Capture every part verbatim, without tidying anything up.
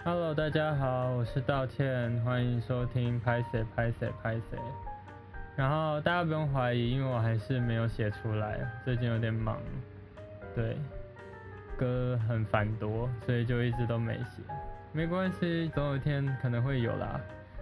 Hello，大家好，我是道歉，欢迎收听拍谁拍谁拍谁。然后大家不用怀疑，因为我还是没有写出来，最近有点忙，对，歌很繁多，所以就一直都没写。没关系，总有一天可能会有啦。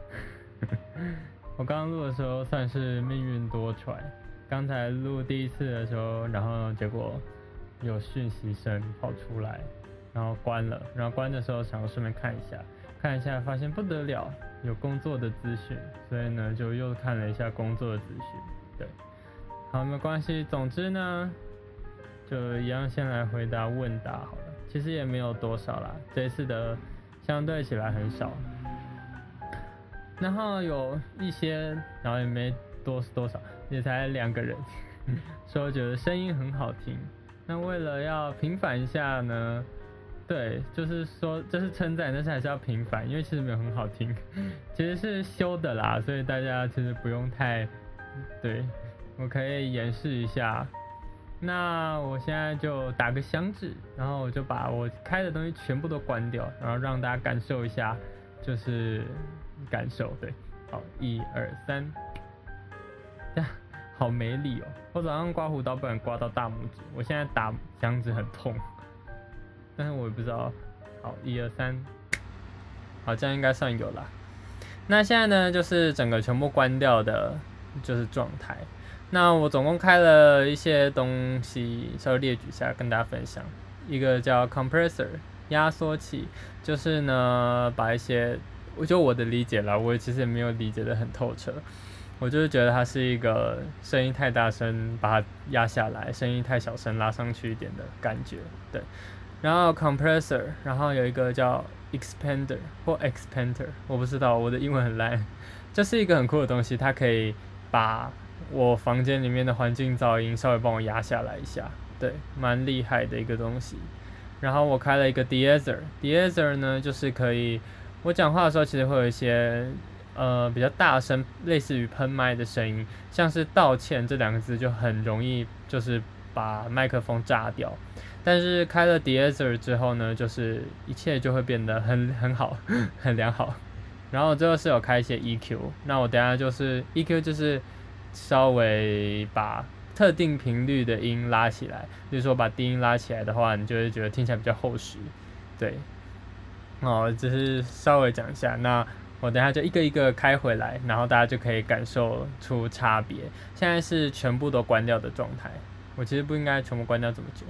我刚刚录的时候算是命运多舛，刚才录第一次的时候，然后结果有讯息声跑出来。然后关了，然后关的时候想要顺便看一下，看一下发现不得了，有工作的资讯，所以呢就又看了一下工作的资讯，对，好，没关系，总之呢，就一样先来回答问答好了，其实也没有多少啦，这一次的相对起来很少，然后有一些，然后也没多多少，也才两个人，说觉得声音很好听，那为了要平反一下呢。对，就是说这是称赞，但是还是要平反，因为其实没有很好听，其实是修的啦，所以大家其实不用太，对，我可以演示一下。那我现在就打个响指，然后我就把我开的东西全部都关掉，然后让大家感受一下，就是感受，对，好，一二三，呀，好没力哦，我早上刮胡刀不然刮到大拇指，我现在打响指很痛。但是我也不知道，好，一二三，好，这样应该算有啦。那现在呢，就是整个全部关掉的，就是状态。那我总共开了一些东西，稍微列举一下，跟大家分享。一个叫 compressor 压缩器，就是呢，把一些，就我的理解啦，我其实也没有理解的很透彻。我就是觉得它是一个声音太大声把它压下来，声音太小声拉上去一点的感觉，对。然后 compressor， 然后有一个叫 expander 或 expander， 我不知道，我的英文很烂。这是一个很酷的东西，它可以把我房间里面的环境噪音稍微帮我压下来一下，对，蛮厉害的一个东西。然后我开了一个 deesser，deesser 呢就是可以，我讲话的时候其实会有一些呃比较大声，类似于喷麦的声音，像是道歉这两个字就很容易就是把麦克风炸掉。但是开了 deesser 之后呢，就是一切就会变得很很好，很良好。然后最后是有开一些 E Q， 那我等一下就是 E Q 就是稍微把特定频率的音拉起来，比如说把低音拉起来的话，你就会觉得听起来比较厚实。对，哦，只是稍微讲一下。那我等一下就一个一个开回来，然后大家就可以感受出差别。现在是全部都关掉的状态，我其实不应该全部关掉这么久。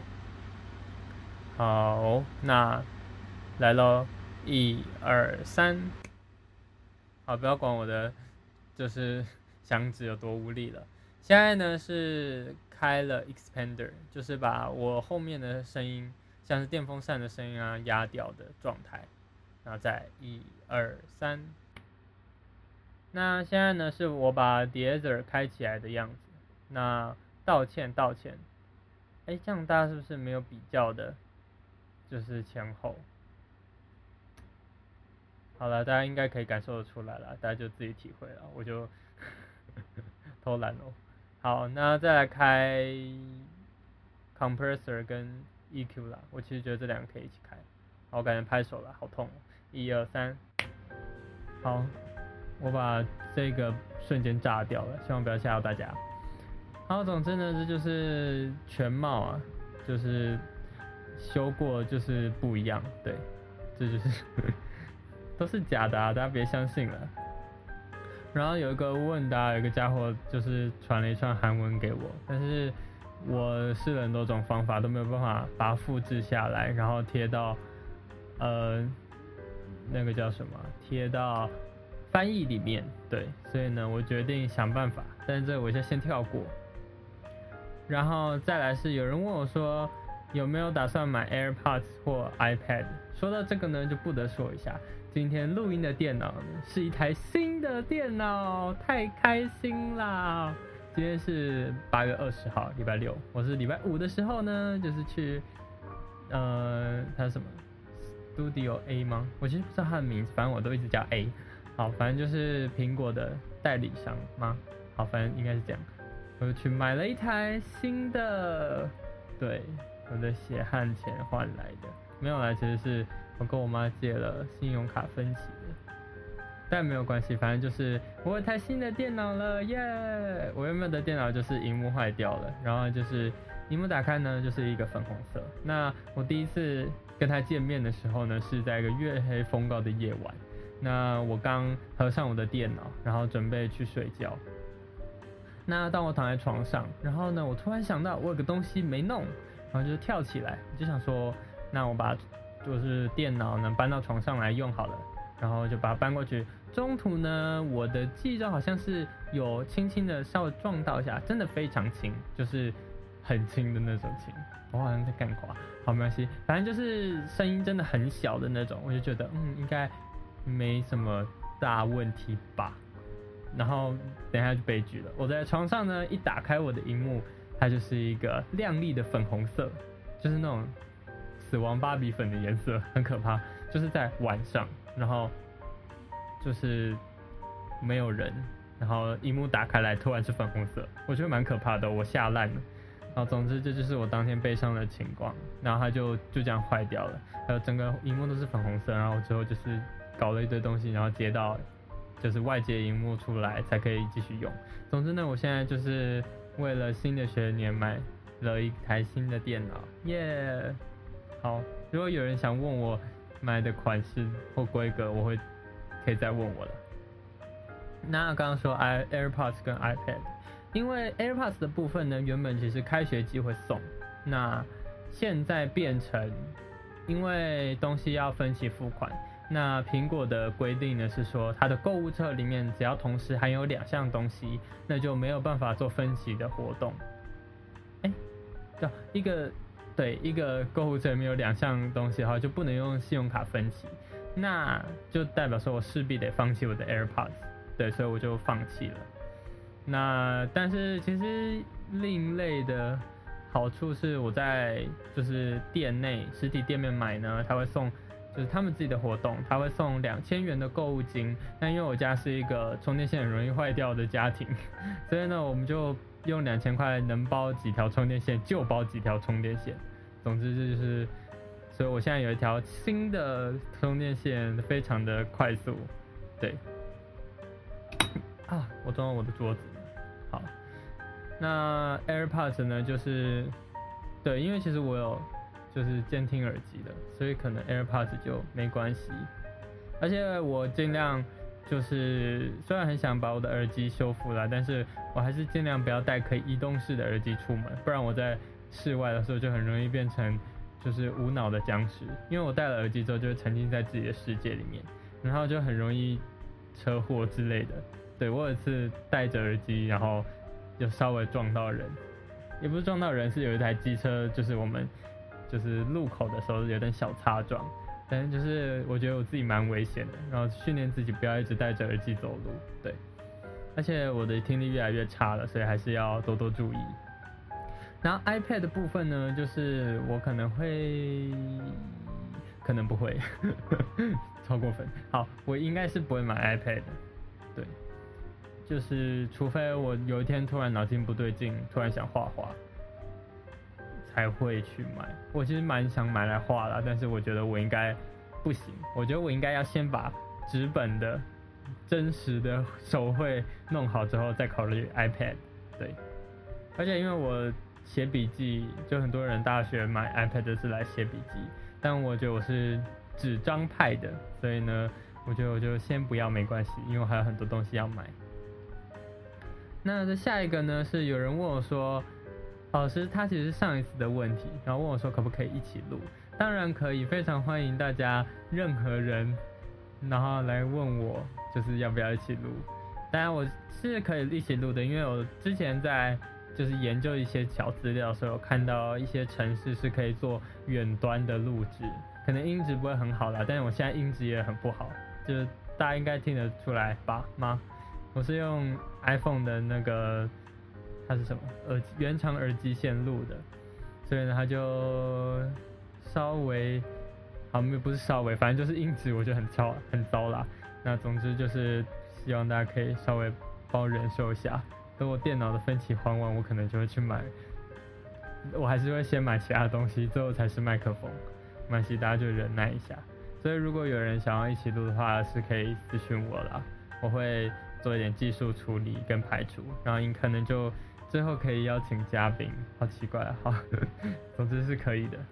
好，那来咯，一二三，好，不要管我的，就是响指有多无力了。现在呢是开了 expander， 就是把我后面的声音，像是电风扇的声音啊压掉的状态。然后再一二三，那现在呢是我把 deesser 开起来的样子。那道歉道歉，哎，这样大家是不是没有比较的？就是前后，好了，大家应该可以感受得出来了，大家就自己体会了，我就偷懒哦。好，那再来开 compressor 跟 E Q 啦，我其实觉得这两个可以一起开。好，我感觉拍手了，好痛哦！一二三，好，我把这个瞬间炸掉了，希望不要吓到大家。好，总之呢，这就是全貌啊，就是修过就是不一样，对，这就是都是假的啊，大家别相信了。然后有一个问答，有一个家伙就是传了一串韩文给我，但是我试了很多种方法都没有办法把它复制下来，然后贴到呃那个叫什么，贴到翻译里面，对，所以呢，我决定想办法，但是这个我就先跳过。然后再来是有人问我说有没有打算买 AirPods 或 iPad， 说到这个呢就不得说一下，今天录音的电脑呢是一台新的电脑，太开心啦！今天是八月二十号，礼拜六，我是礼拜五的时候呢，就是去呃它是什么 Studio A 吗？我其实不知道它的名字，反正我都一直叫 A。好，反正就是苹果的代理商吗？好，反正应该是这样。我就去买了一台新的，对，我的血汗钱换来的，没有啦，其实是我跟我妈借了信用卡分期的，但没有关系，反正就是我有台新的电脑了，耶、yeah! 我原本的电脑就是荧幕坏掉了，然后就是荧幕打开呢就是一个粉红色。那我第一次跟他见面的时候呢，是在一个月黑风高的夜晚。那我刚合上我的电脑，然后准备去睡觉。那当我躺在床上，然后呢，我突然想到我有个东西没弄，然后就跳起来，就想说，那我把就是电脑呢搬到床上来用好了，然后就把它搬过去。中途呢，我的记忆中好像是有轻轻的稍微撞到一下，真的非常轻，就是很轻的那种轻。我好像在干垮，好没关系，反正就是声音真的很小的那种，我就觉得嗯应该没什么大问题吧。然后等一下就悲剧了，我在床上呢一打开我的荧幕，它就是一个亮丽的粉红色，就是那种死亡芭比粉的颜色，很可怕。就是在晚上，然后就是没有人，然后荧幕打开来突然是粉红色，我觉得蛮可怕的，我吓烂了。然后总之这就是我当天悲伤的情况，然后它就就这样坏掉了，还有整个荧幕都是粉红色，然后之后就是搞了一堆东西，然后接到就是外接荧幕出来才可以继续用。总之呢，我现在就是为了新的学年买了一台新的电脑，耶、yeah! 好，如果有人想问我买的款式或规格，我会可以再问我了。那刚刚说 AirPods 跟 iPad， 因为 AirPods 的部分呢，原本其实开学季会送，那现在变成因为东西要分期付款。那苹果的规定呢是说，它的购物车里面只要同时含有两项东西，那就没有办法做分期的活动。哎、欸，一个对一个购物车里面有两项东西的话，就不能用信用卡分期，那就代表说我势必得放弃我的 AirPods， 对，所以我就放弃了。那但是其实另类的好处是，我在就是店内实体店面买呢，它会送。就是他们自己的活动，他会送两千元的购物金。那因为我家是一个充电线很容易坏掉的家庭，所以呢，我们就用两千块能包几条充电线就包几条充电线。总之这就是，所以我现在有一条新的充电线，非常的快速。对，啊，我撞到我的桌子。好，那 AirPods 呢，就是对，因为其实我有。就是监听耳机的，所以可能 AirPods 就没关系。而且我尽量就是虽然很想把我的耳机修复了，但是我还是尽量不要带可以移动式的耳机出门，不然我在室外的时候就很容易变成就是无脑的僵尸。因为我戴了耳机之后就会沉浸在自己的世界里面，然后就很容易车祸之类的。对，我有一次戴着耳机，然后就稍微撞到人，也不是撞到人，是有一台机车，就是我们。就是路口的时候有点小擦撞，但是就是我觉得我自己蛮危险的，然后训练自己不要一直戴着耳机走路，对。而且我的听力越来越差了，所以还是要多多注意。然后 iPad 的部分呢，就是我可能会，可能不会，超过分。好，我应该是不会买 iPad 的，对，就是除非我有一天突然脑筋不对劲，突然想画画。才会去买。我其实蛮想买来画啦，但是我觉得我应该不行。我觉得我应该要先把纸本的真实的手绘弄好之后，再考虑 iPad。对，而且因为我写笔记，就很多人大学买 iPad 是来写笔记，但我觉得我是纸张派的，所以呢，我觉得我就先不要没关系，因为我还有很多东西要买。那这下一个呢，是有人问我说。老师他其实是上一次的问题，然后问我说可不可以一起录，当然可以，非常欢迎大家任何人然后来问我就是要不要一起录。当然我是可以一起录的，因为我之前在就是研究一些小资料的时候，有看到一些程式是可以做远端的录制，可能音质不会很好啦，但是我现在音质也很不好，就是大家应该听得出来吧吗？我是用 iPhone 的那个它是什么耳机原厂耳机线录的，所以呢它就稍微好，不是稍微，反正就是音质我觉得很糟很糟啦。那总之就是希望大家可以稍微帮我忍受一下，等我电脑的分期还完，我可能就会去买，我还是会先买其他东西，最后才是麦克风。没关系，大家就忍耐一下。 所以如果有人想要一起录的话，是可以私讯我啦，我会做一点技术处理跟排除，然后你可能就最后可以邀请嘉宾，好奇怪啊，好，总之是可以的。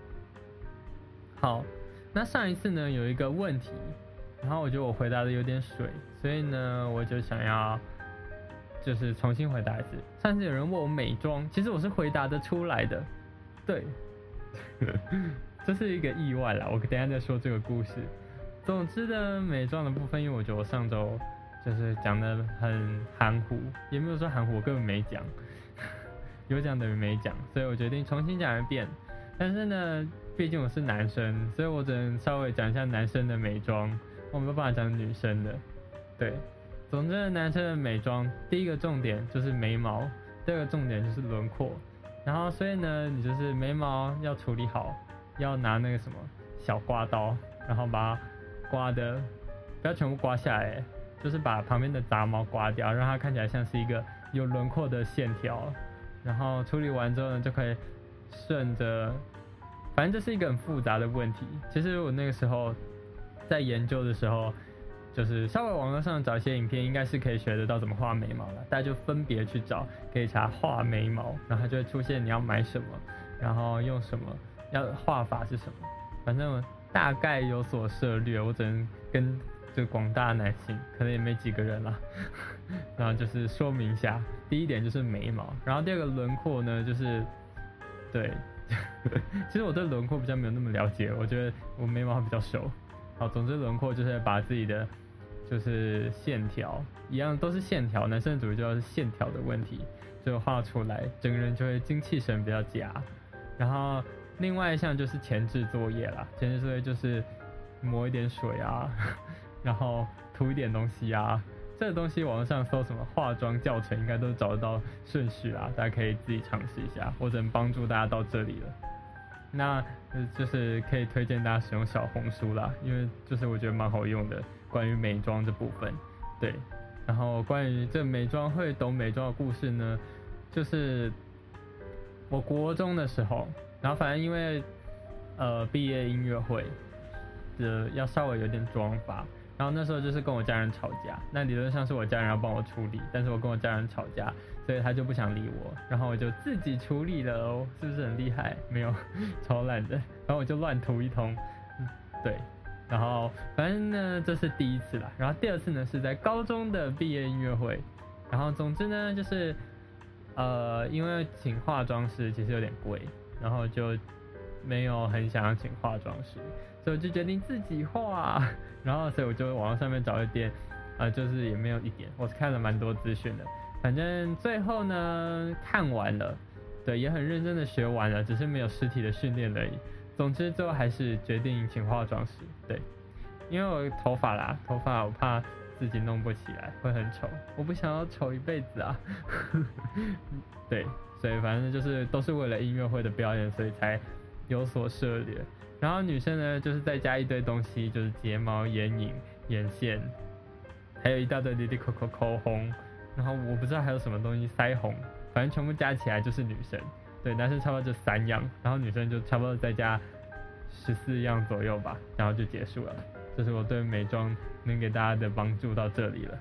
好，那上一次呢有一个问题，然后我觉得我回答的有点水，所以呢我就想要就是重新回答一次。上次有人问我美妆，其实我是回答的出来的，对，这是一个意外啦，我等一下再说这个故事。总之呢，美妆的部分，因为我觉得我上周就是讲的很含糊，也没有说含糊，我根本没讲，有讲等于没讲，所以我决定重新讲一遍。但是呢，毕竟我是男生，所以我只能稍微讲一下男生的美妆，我没有办法讲女生的。对，总之男生的美妆，第一个重点就是眉毛，第二个重点就是轮廓。然后所以呢，你就是眉毛要处理好，要拿那个什么小刮刀，然后把它刮的不要全部刮下来，就是把旁边的杂毛刮掉，让它看起来像是一个有轮廓的线条。然后处理完之后呢，就可以顺着，反正这是一个很复杂的问题。其实我那个时候在研究的时候，就是稍微网络上找一些影片，应该是可以学得到怎么画眉毛了。大家就分别去找，可以查画眉毛，然后它就会出现你要买什么，然后用什么，要画法是什么。反正我大概有所涉略，我只能跟就广大男性，可能也没几个人啦。然后就是说明一下，第一点就是眉毛，然后第二个轮廓呢，就是对，其实我对轮廓比较没有那么了解，我觉得我眉毛比较熟。好，总之轮廓就是把自己的就是线条一样都是线条，男生的主要就是线条的问题，就画出来，整个人就会精气神比较佳。然后另外一项就是前置作业啦，前置作业就是抹一点水啊，然后涂一点东西啊，这个东西网上搜什么化妆教程应该都找得到顺序啦，大家可以自己尝试一下，我只能帮助大家到这里了。那就是可以推荐大家使用小红书啦，因为就是我觉得蛮好用的，关于美妆这部分。对，然后关于这美妆会懂美妆的故事呢，就是我国中的时候，然后反正因为呃毕业音乐会的要稍微有点妆发，然后那时候就是跟我家人吵架，那理论上是我家人要帮我处理，但是我跟我家人吵架，所以他就不想理我，然后我就自己处理了哦，是不是很厉害？没有，超烂的，然后我就乱涂一通，对，然后反正呢这是第一次啦，然后第二次呢是在高中的毕业音乐会，然后总之呢就是呃因为请化妆师其实有点贵，然后就没有很想要请化妆师，所以我就决定自己画，然后所以我就网络上面找一点，呃，就是也没有一点，我是看了蛮多资讯的，反正最后呢看完了，对，也很认真的学完了，只是没有实体的训练而已。总之最后还是决定请化妆师，对，因为我头发啦，头发我怕自己弄不起来会很丑，我不想要丑一辈子啊，对，所以反正就是都是为了音乐会的表演，所以才有所涉猎。然后女生呢，就是再加一堆东西，就是睫毛、眼影、眼线，还有一大堆哩哩扣扣口红，然后我不知道还有什么东西，腮红，反正全部加起来就是女生。对，男生差不多就三样，然后女生就差不多再加十四样左右吧，然后就结束了。这是我对美妆能给大家的帮助到这里了。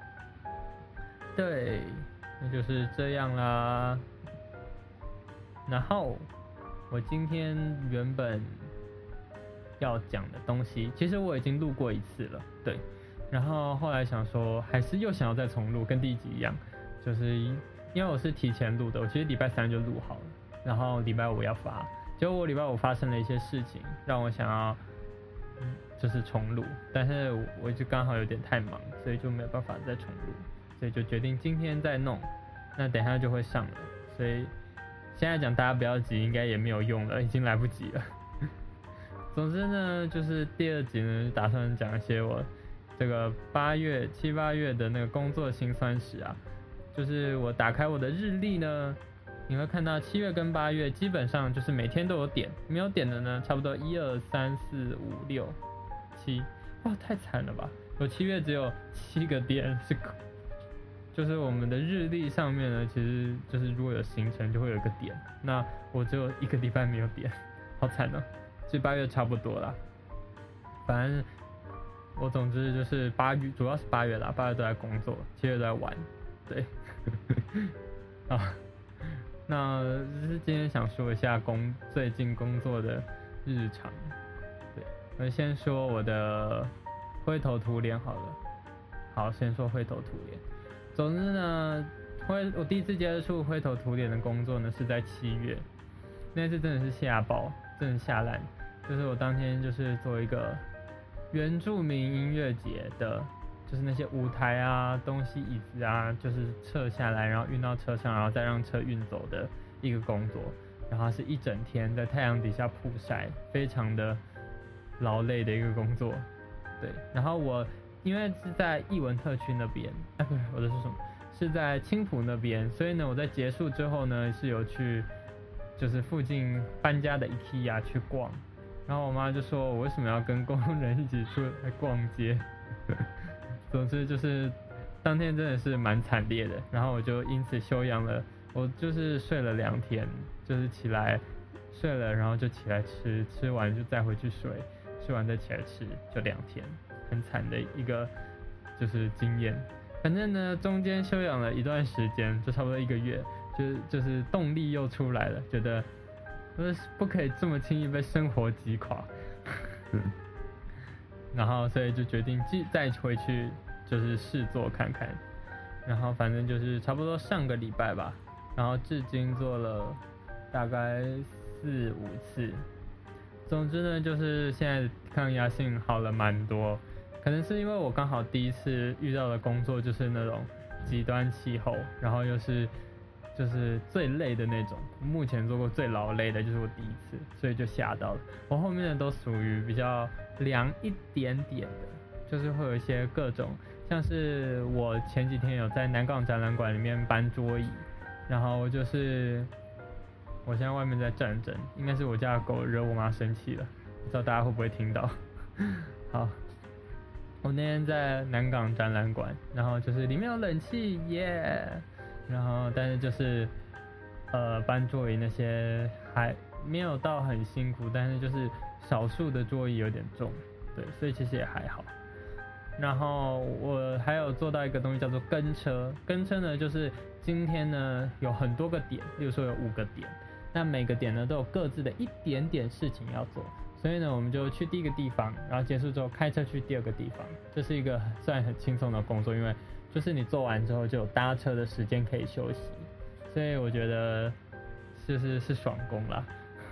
对，那就是这样啦。然后我今天原本要讲的东西，其实我已经录过一次了，对。然后后来想说，还是又想要再重录，跟第一集一样，就是因为我是提前录的，我其实礼拜三就录好了，然后礼拜五要发。结果我礼拜五发生了一些事情，让我想要就是重录，但是我就刚好有点太忙，所以就没有办法再重录，所以就决定今天再弄。那等一下就会上了，所以现在讲大家不要急，应该也没有用了，已经来不及了。总之呢，就是第二集呢，打算讲一些我这个八月、七八月的那个工作辛酸史啊。就是我打开我的日历呢，你会看到七月跟八月基本上就是每天都有点，没有点的呢，差不多一二三四五六七，哇，太惨了吧！我七月只有七个点是。就是我们的日历上面呢，其实就是如果有行程就会有一个点，那我只有一个礼拜没有点，好惨哦。所以八月差不多啦， 反正我总之就是八月，主要是八月啦，八月都在工作，七月都在玩，对。啊，那就是今天想说一下工最近工作的日常。对，我先说我的灰头土脸好了。好，先说灰头土脸。总之呢，灰我第一次接触灰头土脸的工作呢是在七月，那次真的是吓爆，真的吓烂。就是我当天就是做一个原住民音乐节的，就是那些舞台啊、东西、椅子啊，就是撤下来，然后运到车上，然后再让车运走的一个工作。然后是一整天在太阳底下曝晒，非常的劳累的一个工作。对，然后我因为是在艺文特区那边，哎，不是，我的是什么？是在青埔那边，所以呢，我在结束之后呢，是有去就是附近搬家的 IKEA 去逛。然后我妈就说我为什么要跟工人一起出来逛街。总之就是当天真的是蛮惨烈的，然后我就因此休养了，我就是睡了两天，就是起来睡了，然后就起来吃，吃完就再回去睡，睡完再起来吃，就两天，很惨的一个就是经验。反正呢，中间休养了一段时间，就差不多一个月，就就是动力又出来了，觉得不可以这么轻易被生活击垮。然后所以就决定再回去就是试做看看，然后反正就是差不多上个礼拜吧，然后至今做了大概四五次。总之呢，就是现在抗压性好了蛮多，可能是因为我刚好第一次遇到的工作就是那种极端气候，然后又是就是最累的那种，目前做过最劳累的就是我第一次，所以就吓到了。我后面的都属于比较凉一点点的，就是会有一些各种，像是我前几天有在南港展览馆里面搬桌椅，然后就是我现在外面在战争，应该是我家的狗惹我妈生气了，不知道大家会不会听到。好，我那天在南港展览馆，然后就是里面有冷气耶。然后，但是就是，呃，搬桌椅那些还没有到很辛苦，但是就是少数的桌椅有点重，对，所以其实也还好。然后我还有做到一个东西叫做跟车，跟车呢就是今天呢有很多个点，例如说有五个点，那每个点呢都有各自的一点点事情要做，所以呢我们就去第一个地方，然后结束之后开车去第二个地方，这是一个算很轻松的工作，因为就是你做完之后就有搭车的时间可以休息，所以我觉得就是是爽工啦。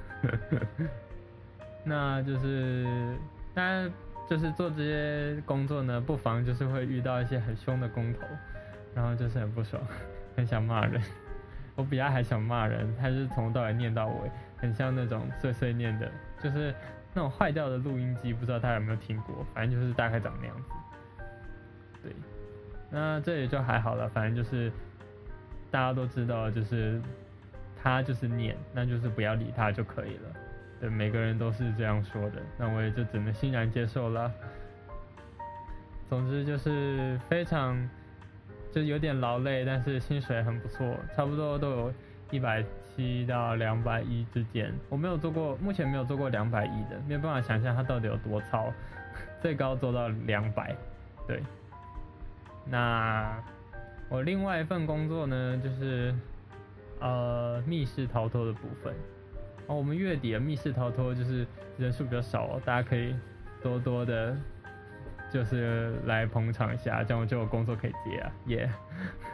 那就是当然就是做这些工作呢，不妨就是会遇到一些很凶的工头，然后就是很不爽，很想骂人。我比他还想骂人，他是从头到尾念到尾，很像那种碎碎念的，就是那种坏掉的录音机，不知道大家有没有听过，反正就是大概长那样子。对。那这也就还好了，反正就是大家都知道，就是他就是念，那就是不要理他就可以了。对，每个人都是这样说的，那我也就只能欣然接受了。总之就是非常就有点劳累，但是薪水很不错，差不多都有一百七到两百一之间。我没有做过，目前没有做过两百一的，没有办法想象它到底有多糙，最高做到两百，对。那我另外一份工作呢，就是呃密室逃脱的部分。哦，我们月底的密室逃脱就是人数比较少哦，大家可以多多的，就是来捧场一下，这样我就有工作可以接啊，耶、yeah ！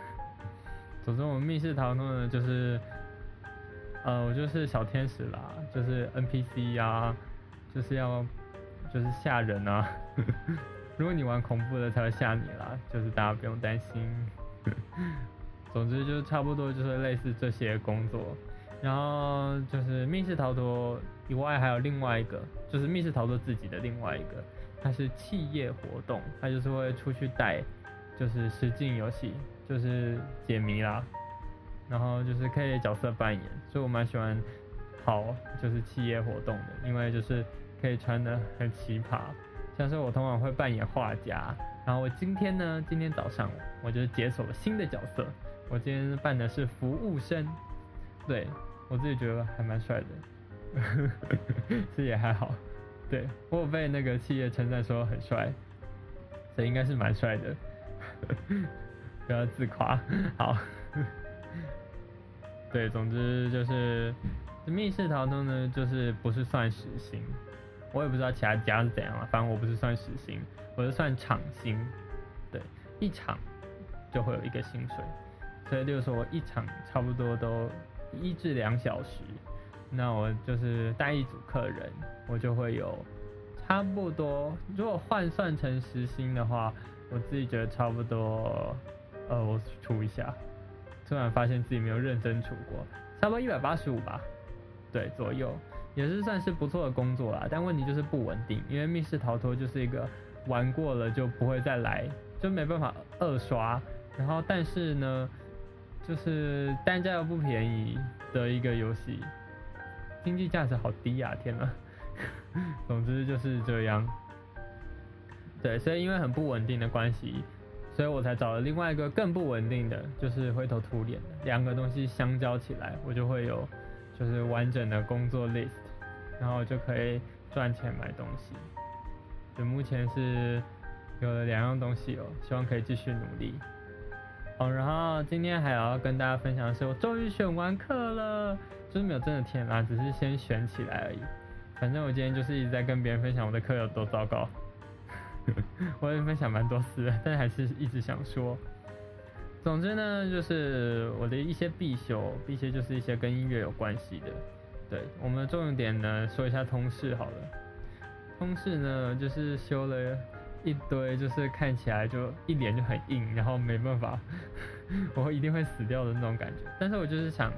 总之我们密室逃脱呢，就是呃我就是小天使啦，就是 N P C 啊，就是要就是吓人啊。如果你玩恐怖的才会吓你啦，就是大家不用担心。总之就差不多就是类似这些工作，然后就是密室逃脱以外还有另外一个，就是密室逃脱自己的另外一个，它是企业活动，它就是会出去带，就是实境游戏，就是解谜啦，然后就是可以角色扮演，所以我蛮喜欢跑就是企业活动的，因为就是可以穿得很奇葩。像是我通常会扮演画家，然后我今天呢，今天早上我就解锁了新的角色，我今天扮的是服务生，对我自己觉得还蛮帅的，这也还好。 对，我有被那个企业称赞说很帅，所以应该是蛮帅的。不要自夸。好，对，总之就是密室逃脱呢，就是不是算时薪，我也不知道其他家是怎样了，反正我不是算时薪，我是算场薪。对，一场就会有一个薪水，所以例如说我一场差不多都一至两小时，那我就是带一组客人，我就会有差不多，如果换算成时薪的话，我自己觉得差不多，呃，我除一下，突然发现自己没有认真除过，差不多一百八十五吧，对，左右，也是算是不错的工作啦。但问题就是不稳定，因为密室逃脱就是一个玩过了就不会再来，就没办法二刷。然后，但是呢，就是单价又不便宜的一个游戏，经济价值好低啊！天哪，总之就是这样。对，所以因为很不稳定的关系，所以我才找了另外一个更不稳定的，就是灰头土脸的。两个东西相交起来，我就会有就是完整的工作 list， 然后就可以赚钱买东西。就目前是有了两样东西哦，希望可以继续努力。哦，然后今天还要跟大家分享的是，我终于选完课了，就是没有真的填啦，只是先选起来而已。反正我今天就是一直在跟别人分享我的课有多糟糕。我也分享蛮多次的，但还是一直想说。总之呢，就是我的一些必修，必修就是一些跟音乐有关系的。对，我们的重点呢，说一下通识好了。通识呢，就是修了一堆，就是看起来就一脸就很硬，然后没办法，我一定会死掉的那种感觉。但是我就是想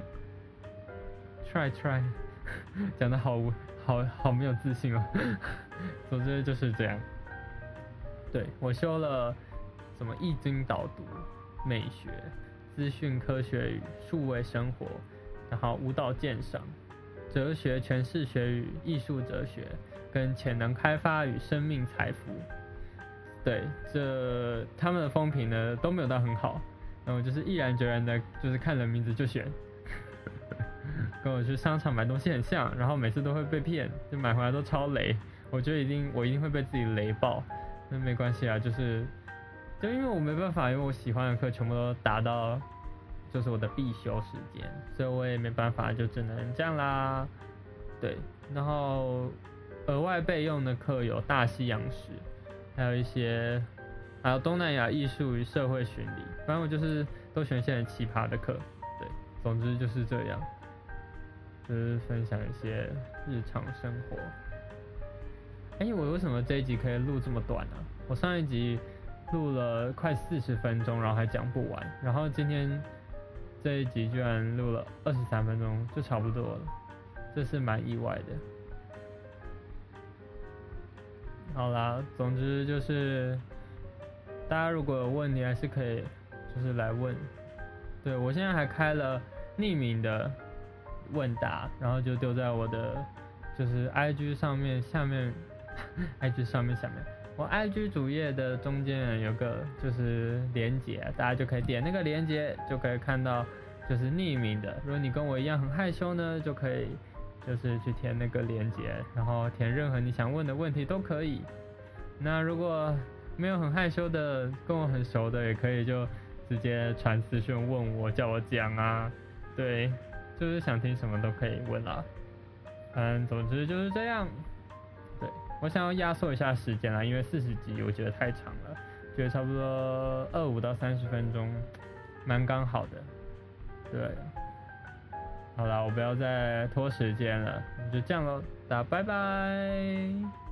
try try， 讲得好好好没有自信哦。总之就是这样。对，我修了什么易经导读、美学、资讯科学与数位生活，然后舞蹈鉴赏、哲学诠释学与艺术哲学，跟潜能开发与生命财富。对，这他们的风评呢都没有到很好，然后我就是毅然决然的，就是看了名字就选，跟我去商场买东西很像，然后每次都会被骗，就买回来都超雷，我觉得一定我一定会被自己雷爆。那没关系啊，就是就因为我没办法，因为我喜欢的课全部都达到就是我的必修时间，所以我也没办法，就只能这样啦。对，然后额外备用的课有大西洋史，还有一些还有东南亚艺术与社会巡礼，反正我就是都选一些很奇葩的课。对，总之就是这样，就是分享一些日常生活。哎、欸，我为什么这一集可以录这么短呢、啊？我上一集录了快四十分钟，然后还讲不完，然后今天这一集居然录了二十三分钟，就差不多了，这是蛮意外的。好啦，总之就是大家如果有问题，还是可以就是来问。对，我现在还开了匿名的问答，然后就丢在我的就是 I G 上面下面。I G 上面下面，我 I G 主页的中间有个就是连结，大家就可以点那个连结，就可以看到就是匿名的。如果你跟我一样很害羞呢，就可以就是去填那个连结，然后填任何你想问的问题都可以。那如果没有很害羞的，跟我很熟的，也可以就直接传私讯问我，叫我讲啊。对，就是想听什么都可以问啦。嗯，总之就是这样。对，我想要压缩一下时间啦，因为四十集我觉得太长了，觉得差不多二五到三十分钟，蛮刚好的。对，好啦，我不要再拖时间了，就这样咯，大家拜拜。